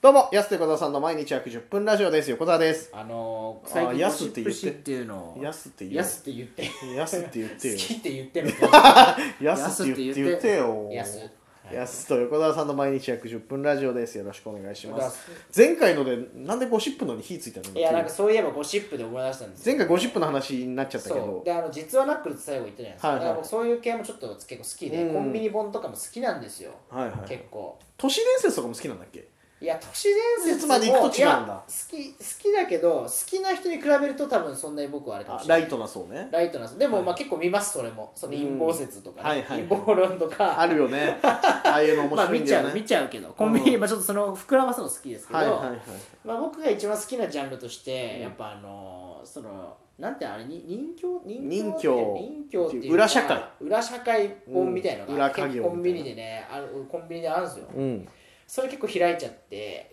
どうも、やすと横澤さんの毎日約10分ラジオです。横澤です。 最近やゴシップすって言って誌っていうのをやすって言うやすって言ってやすって言ってよ好きって言ってるやすって言ってよ。 やすやすと横澤さんの毎日約10分ラジオです。よろしくお願いしまだす。前回のでなんでゴシップのに火ついたの？ いやなんかそういえばゴシップで思い出したんです前回ゴシップの話になっちゃったけど、 そうで実はナックルって最後言ったじゃないですか、 はいはいだから僕そういう系もちょっと結構好きで、コンビニ本とかも好きなんですよ、 はいはい、 結構。 都市伝説とかも好きなんだっけ？ いや都市伝説もまで行くと違うんだ。 いや好きだけど、好きな人に比べると多分そんなに僕はあれかもしれない。 ライトなそうね。 ライトなんです。でも、 はいまあ結構見ます。それもその陰謀説とか、ね、 はいはいはい、 陰謀論とかあるよね。ああいうの面白いんだよね。 見ちゃうけど、コンビニ、まあちょっとその膨らますの好きですけど、 はいはいはい、 まあ僕が一番好きなジャンルとして、やっぱそのなんてあれ人形っていう裏社会本みたいなのが、 結構コンビニでねコンビニであるんですよ、 うん、 それ結構開いちゃって、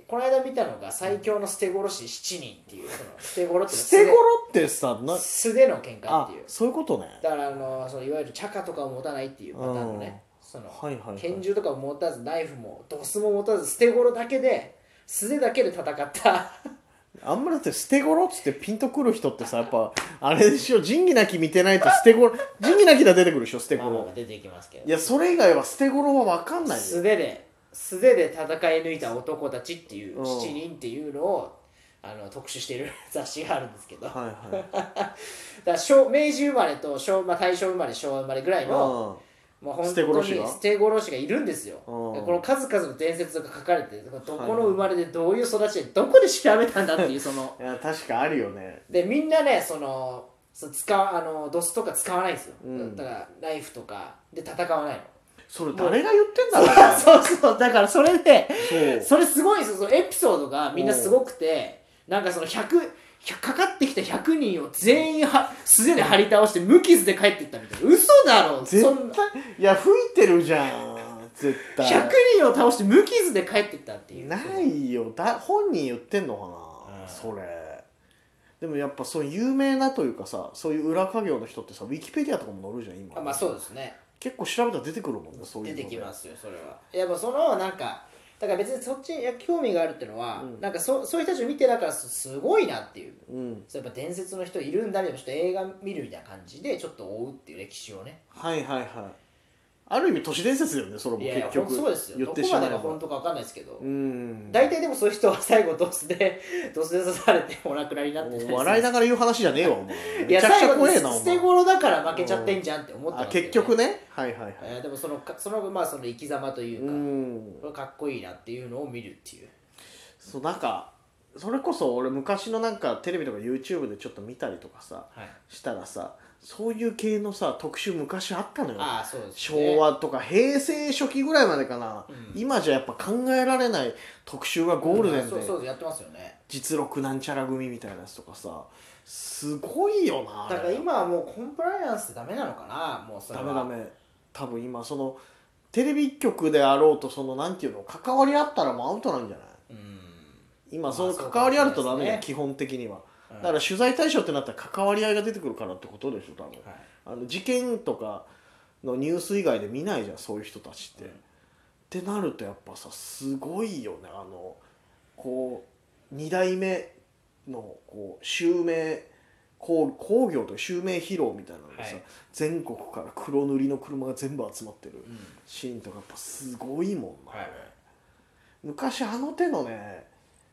この間見たのが最強の捨て殺し7人っていう、その捨て殺って捨て殺ってさ素手の喧嘩っていう。 そういうことね。 だからそのいわゆるチャカとかを持たないっていうパターンのね、その、 はいはいはい、 拳銃とかを持たず、ナイフもドスも持たず、捨て殺だけで素手だけで戦ったあんまだって捨て殺っつってピンとくる人ってさ、やっぱあれでしょ、仁義なき見てないと捨て殺仁義なきが出てくるでしょ、捨て殺。 出てきますけど、 いやそれ以外は捨て殺は分かんないよ。 素手で戦い抜いた男たちっていう7人っていうのを特集している雑誌があるんですけど、 はいはい、 だから明治生まれとまあ、大正生まれ昭和生まれぐらいの、もう本当に捨て殺しがいるんですよ。この数々の伝説が書かれて、どこの生まれでどういう育ちでどこで調べたんだっていうそのいや確かあるよね。 でみんなねドスとか使わないんですよ、だからナイフとかで戦わないの。 それ誰が言ってんだろうね。 そうだからそれでそれすごいんですよ。そのエピソードがみんなすごくて、なんかそのかかってきた100人を全員素手で張り倒して無傷で帰っていったみたいな。嘘だろ絶対。いや吹いてるじゃん絶対。 100人を倒して無傷で帰っていったっていう。 ないよ。本人言ってんのかな、それ。でもやっぱそういう有名なというかさ、そういう裏稼業の人ってさ、ウィキペディアとかも載るじゃん今。 まあそうですね、 結構調べたら出てくるもんね、そういうの。 出てきますよそれは。いやもうそのなんかだから別にそっちに興味があるっていうのは、なんかそういう人たちを見てだからすごいなっていう、やっぱ伝説の人いるんだみたいな、ちょっと映画見るみたいな感じでちょっと追うっていう歴史をね。 はいはいはい。ある意味都市伝説だよね、それも結局。 そうですよ。 言ってしまえばどこまでが本当か分かんないですけど、 大体でもそういう人は最後ドスで刺されてお亡くなりになってたりする。 笑いながら言う話じゃねえわお前。 いやめちゃくちゃ怖えなお前。 捨て頃だから負けちゃってんじゃんって思ったんですけど、 結局ね。はいはいはい。 でもそのまあその生き様というか、かっこいいなっていうのを見るっていう。 そうなんかそれこそ俺昔のなんかテレビとか YouTube でちょっと見たりとかさ、したらさ、そういう系のさ特集昔あったのよ。 そうですね、 昭和とか平成初期ぐらいまでかな、今じゃやっぱ考えられない特集がゴールデンで、 そうやってますよね。 実録なんちゃら組みたいなやつとかさ、すごいよな。 だから今はもうコンプライアンスってダメなのかな、もうそれは。 ダメ多分今そのテレビ局であろうと、そのなんていうの、関わりあったらもうアウトなんじゃない？今その関わりあるとダメだよ、基本的には。だから取材対象ってなったら関わり合いが出てくるからってことでしょ多分、事件とかのニュース以外で見ないじゃんそういう人たちって、ってなるとやっぱさすごいよね。こう2代目のこう襲名工業とか襲名披露みたいなのでさ、全国から黒塗りの車が全部集まってるシーンとかやっぱすごいもんな、昔あの手のね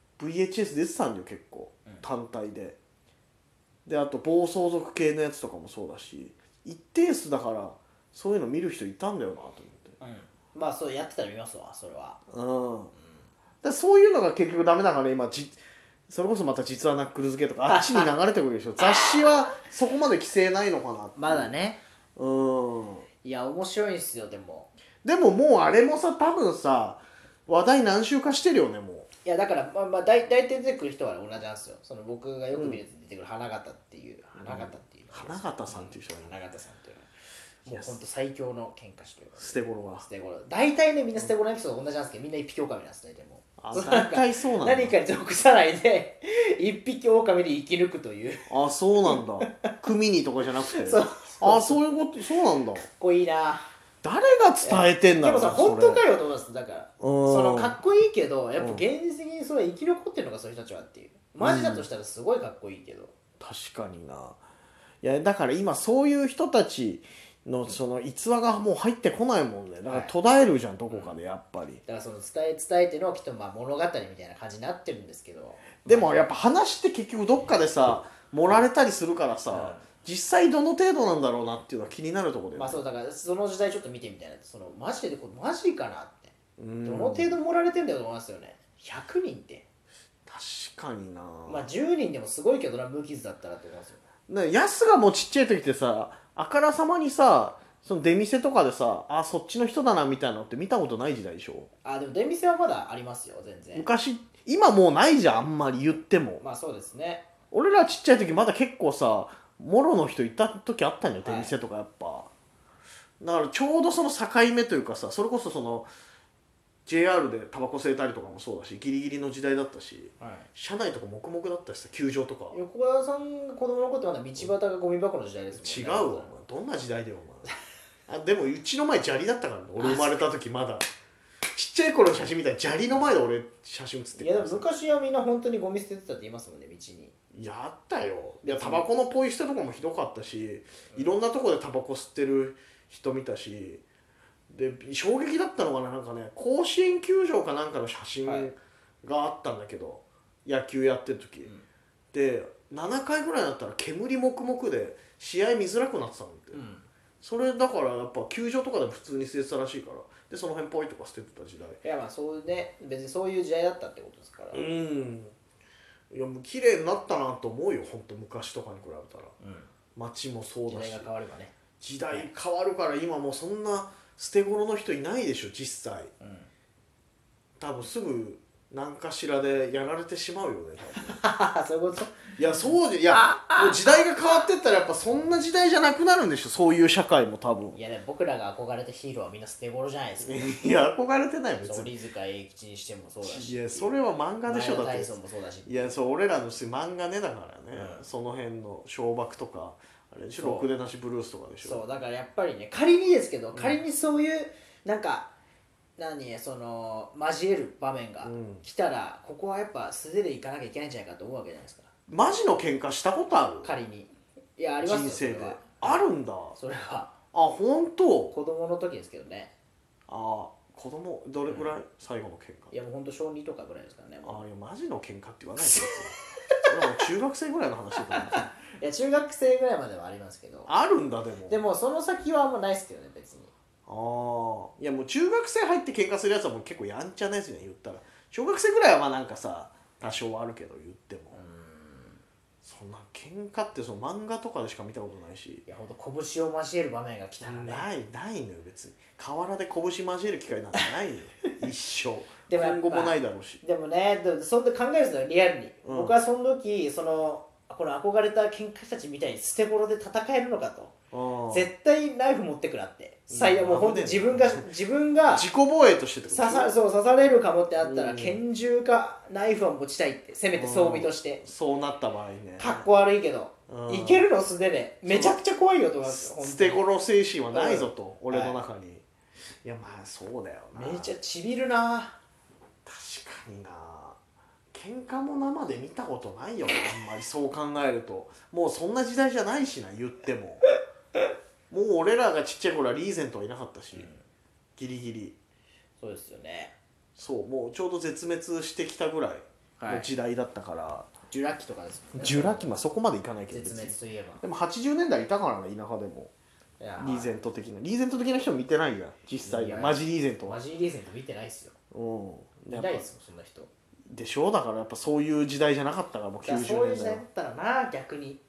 VHS 出てたんだよ結構、単体で。であと暴走族系のやつとかもそうだし、一定数だからそういうの見る人いたんだよなと思って、 まあそうやってたら見ますわそれは。 だそういうのが結局ダメだから今それこそまた実はナックル付けとかあっちに流れてくるでしょ雑誌はそこまで規制ないのかなって。 まだね。いや面白いんすよ。でももうあれもさ多分さ話題何週かしてるよねもう。 いやだからまあ大体出てくる人は同じなんですよ。その僕がよく見るやつに出てくる花形っていう、花形さんっていう人がいる。 花形さんっていうのはもう本当最強の喧嘩師というか、 捨て頃は大体ねみんな捨て頃のエピソード同じなんですけど、みんな一匹狼なんですね。でも大体そうなんだ。 何かに属さないで一匹狼で生き抜くという。 そうなんだ。組にとかじゃなくて。そういうこと。そうなんだ。 かっこいいな。 誰が伝えてんだろうでもさ本当かよと思います。だからそのかっこいいけどやっぱ現実的にそれは生き残ってるのかそういう人たちはっていう。マジだとしたらすごいかっこいいけど、 確かにな。いやだから今そういう人たちのその逸話がもう入ってこないもんね。だから途絶えるじゃん、どこかでやっぱり。 だからその伝えてのきっとまあ物語みたいな感じになってるんですけど、 でもやっぱ話って結局どっかでさ盛られたりするからさ、実際どの程度なんだろうなっていうのは気になるところで、 まあそうだからその時代ちょっと見てみたいな。そのマジでこれマジかなって、どの程度盛られてんだよと思いますよね。100人って確かにな。 まあ10人でもすごいけどな、無傷だったらって思いますよ。 ヤスがもうちっちゃい時ってさあからさまにさその出店とかでさあそっちの人だなみたいなのって見たことない時代でしょ。 あでも出店はまだありますよ全然。 昔今もうないじゃんあんまり言っても。 まあそうですね。 俺らちっちゃい時まだ結構さもろの人いた時あったんだよ出店とかやっぱ、だからちょうどその境目というかさそれこそその JR でタバコ吸えたりとかもそうだしギリギリの時代だったし、車内とか黙々だったしさ球場とか。 横川さんが子供の頃ってまだ道端がゴミ箱の時代ですもんね。 違うわどんな時代だよお前あでもうちの前砂利だったからね俺生まれた時まだちっちゃい頃の写真みたいに砂利の前で俺写真写ってる。 いやでも昔はみんな本当にゴミ捨ててたって言いますもんね道に。 やったよ。いやタバコのポイ捨てとかもひどかったし、いろんなとこでタバコ吸ってる人見たし、で衝撃だったのがなんかね甲子園球場かなんかの写真があったんだけど、野球やってる時、で7回ぐらいだったら煙もくもくで試合見づらくなってたのって、それだからやっぱ球場とかでも普通に捨ててたらしいから、でその辺ポイとか捨ててた時代。 いやまあそうね別にそういう時代だったってことですから。 いやもう綺麗になったなと思うよ本当昔とかに比べたら、街もそうだし時代が変わればね。 時代変わるから今もうそんな捨て頃の人いないでしょ実際、多分すぐ何かしらでやられてしまうよね多分そういうこと。 いやそうでいやもう時代が変わってったらやっぱそんな時代じゃなくなるんでしょそういう社会も多分。 いやでも僕らが憧れたヒーローはみんな捨て頃じゃないですか。 いや憧れてない別に。 鳥塚英吉にしてもそうだし、 いやそれは漫画でしょだって。 タイソンもそうだし。 いやそう俺らの漫画ねだからね、その辺の小爆とかあれでしょろくでなしブルースとかでしょ。 そうだからやっぱりね仮にですけど、仮にそういうなんかその交える場面が来たら、ここはやっぱ素手でいかなきゃいけないんじゃないかと思うわけじゃないですか。 マジの喧嘩したことある？ 仮に。いやありますよ人生でそれは。 あるんだ。 それは本当。 子供の時ですけどね。 子供どれぐらい、最後の喧嘩。 いやもうほんと小2とかぐらいですからね。 いやマジの喧嘩って言わないけどそれはもう中学生ぐらいの話だと思ういや中学生ぐらいまではありますけど。 あるんだでもその先はもうないですけどね別に。 いやもう中学生入って喧嘩するやつはもう結構やんちゃなやつね言ったら。小学生ぐらいはまあなんかさ多少はあるけど言っても、そんな喧嘩ってその漫画とかでしか見たことないし。 いやほんと拳を交える場面が来たらね。 ないのよ別に。河原で拳交える機会なんてないのよ一生。 でも今後もないだろうし。 でもねそんで考えるんですよリアルに、僕はその時この憧れた喧嘩師たちみたいに捨て頃で戦えるのかと。絶対ナイフ持ってくらって最悪もう本当に自分が自己防衛としてってこと刺されるかもってあったら、拳銃かナイフは持ちたいってせめて装備として。 そうなった場合ねかっこ悪いけどいけるの素手でめちゃくちゃ怖いよと思いますよ。 捨て頃精神はないぞと、俺の中に。いやまあそうだよな。 めちゃちびるな。 確かにな。喧嘩も生で見たことないよあんまりそう考えると。もうそんな時代じゃないしな言っても。もう俺らがちっちゃい頃はリーゼントはいなかったし、ギリギリ。 そうですよね。 そうもうちょうど絶滅してきたぐらいの時代だったから、 ジュラ紀とかですもんね。 ジュラ紀そこまでいかないけど絶滅といえばでも80年代いたからね田舎でも。リーゼント的な人見てないやん実際。マジリーゼントはマジリーゼント見てないっすよ。見ないっすもんそんな人でしょ。だからやっぱそういう時代じゃなかったからもう90年代は。 そういう時代だったらな逆に。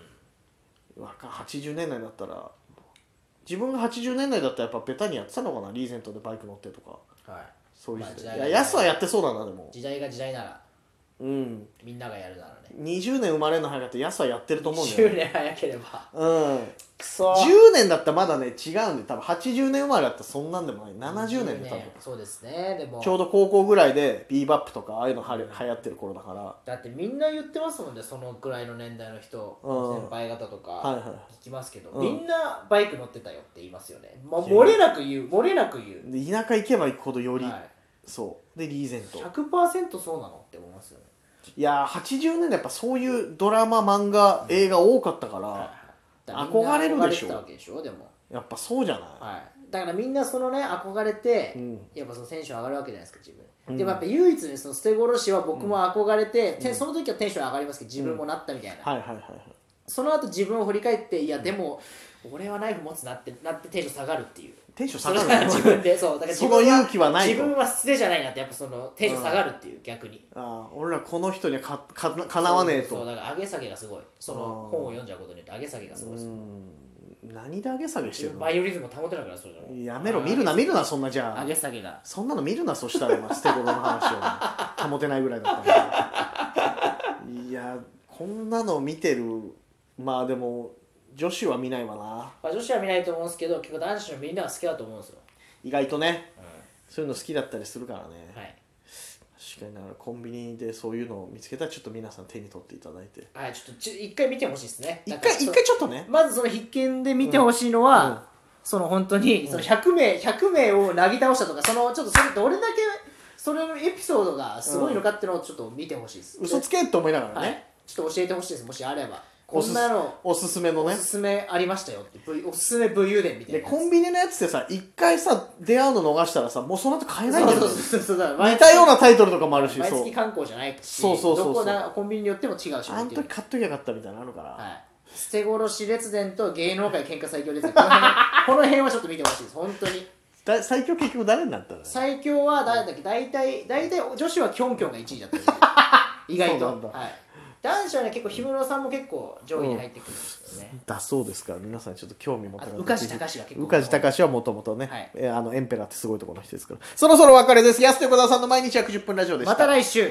80年代だったら自分が80年代だったらやっぱベタにやってたのかなリーゼントでバイク乗ってとか。そういう時代。いやヤスはやってそうだなでも。 時代が時代なら。 うん、 みんながやるならね。 20年生まれるの早かったらヤスはやってると思うんだよね。20年早ければ、 うん、 くそ 10年だったらまだね違うんで、多分80年生まれだったらそんなんでもない、70年で多分そうですね。でもちょうど高校ぐらいでビーバップとかああいうの流行ってる頃だから。 だってみんな言ってますもんね、そのぐらいの年代の人、先輩方とか聞きますけど、みんなバイク乗ってたよって言いますよね。漏れなく言う、漏れなく言う。 で田舎行けば行くほどより、そうでリーゼント 100% そうなのって思いますよね。 いや80年代やっぱそういうドラマ漫画映画多かったから、憧れるでしょ。 憧れてたわけでしょ。でもやっぱそうじゃない、 だからみんなそのね憧れて、やっぱそのテンション上がるわけじゃないですか、自分、でもやっぱ唯一ね、その捨て殺しは僕も憧れて、その時はテンション上がりますけど、自分もなったみたいな、その後自分を振り返って、いやでも俺はナイフ持つなってテンション下がるっていう、 テンション下がる自分でそうだからその勇気はないと、 自分は素手じゃないなって、やっぱそのテンション下がるっていう、逆に俺らこの人にはかなわねえと。 そうだから上げ下げがすごい、その本を読んじゃうことによって上げ下げがすごいです。 何で上げ下げしてるの。 バイオリズム保てなくなる。それやめろ、見るなそんな。じゃあ上げ下げがそんなの見るな、そしたら捨て頃の話を保てないぐらいだったらいやこんなの見てる。まあでも女子は見ないわな。 女子は見ないと思うんですけど、結構男子のみんなは好きだと思うんですよ、 意外とね、そういうの好きだったりするからね。確かに。だからコンビニでそういうのを見つけたらちょっと皆さん手に取っていただいて、 ちょっと一回見てほしいですね。 一回ちょっとね、 まずその必見で見てほしいのは、その本当にその100名をなぎ倒したとか、そのちょっとそれどれだけそれのエピソードがすごいのかっていうのをちょっと見てほしいです。 嘘つけって思いながらね、 ちょっと教えてほしいです、もしあれば。こんなのおすすめのね、 おすすめありましたよって、おすすめ武勇伝みたいな。 でコンビニのやつってさ、一回さ出会うの逃したらさ、もうその後買えないんだよね。似たようなタイトルとかもあるし、 毎月観光じゃないし、 どこコンビニによっても違うし、 あの時買っときゃよかったみたいなのあるから、 捨て殺し列伝と芸能界喧嘩最強列伝、この辺はちょっと見てほしいです、本当に。 最強結局誰になったの。 最強は誰だっけ。大体女子はキョンキョンが1位だった意外と。男子はね、結構氷室さんも結構上位に入ってくるんですよね。 だそうですから、皆さんちょっと興味持って宇梶隆が結構、 宇梶隆はもともとね、エンペラーってすごいところの人ですから。そろそろお別れです。安手小沢さんの毎日約10分ラジオでした。 また来週。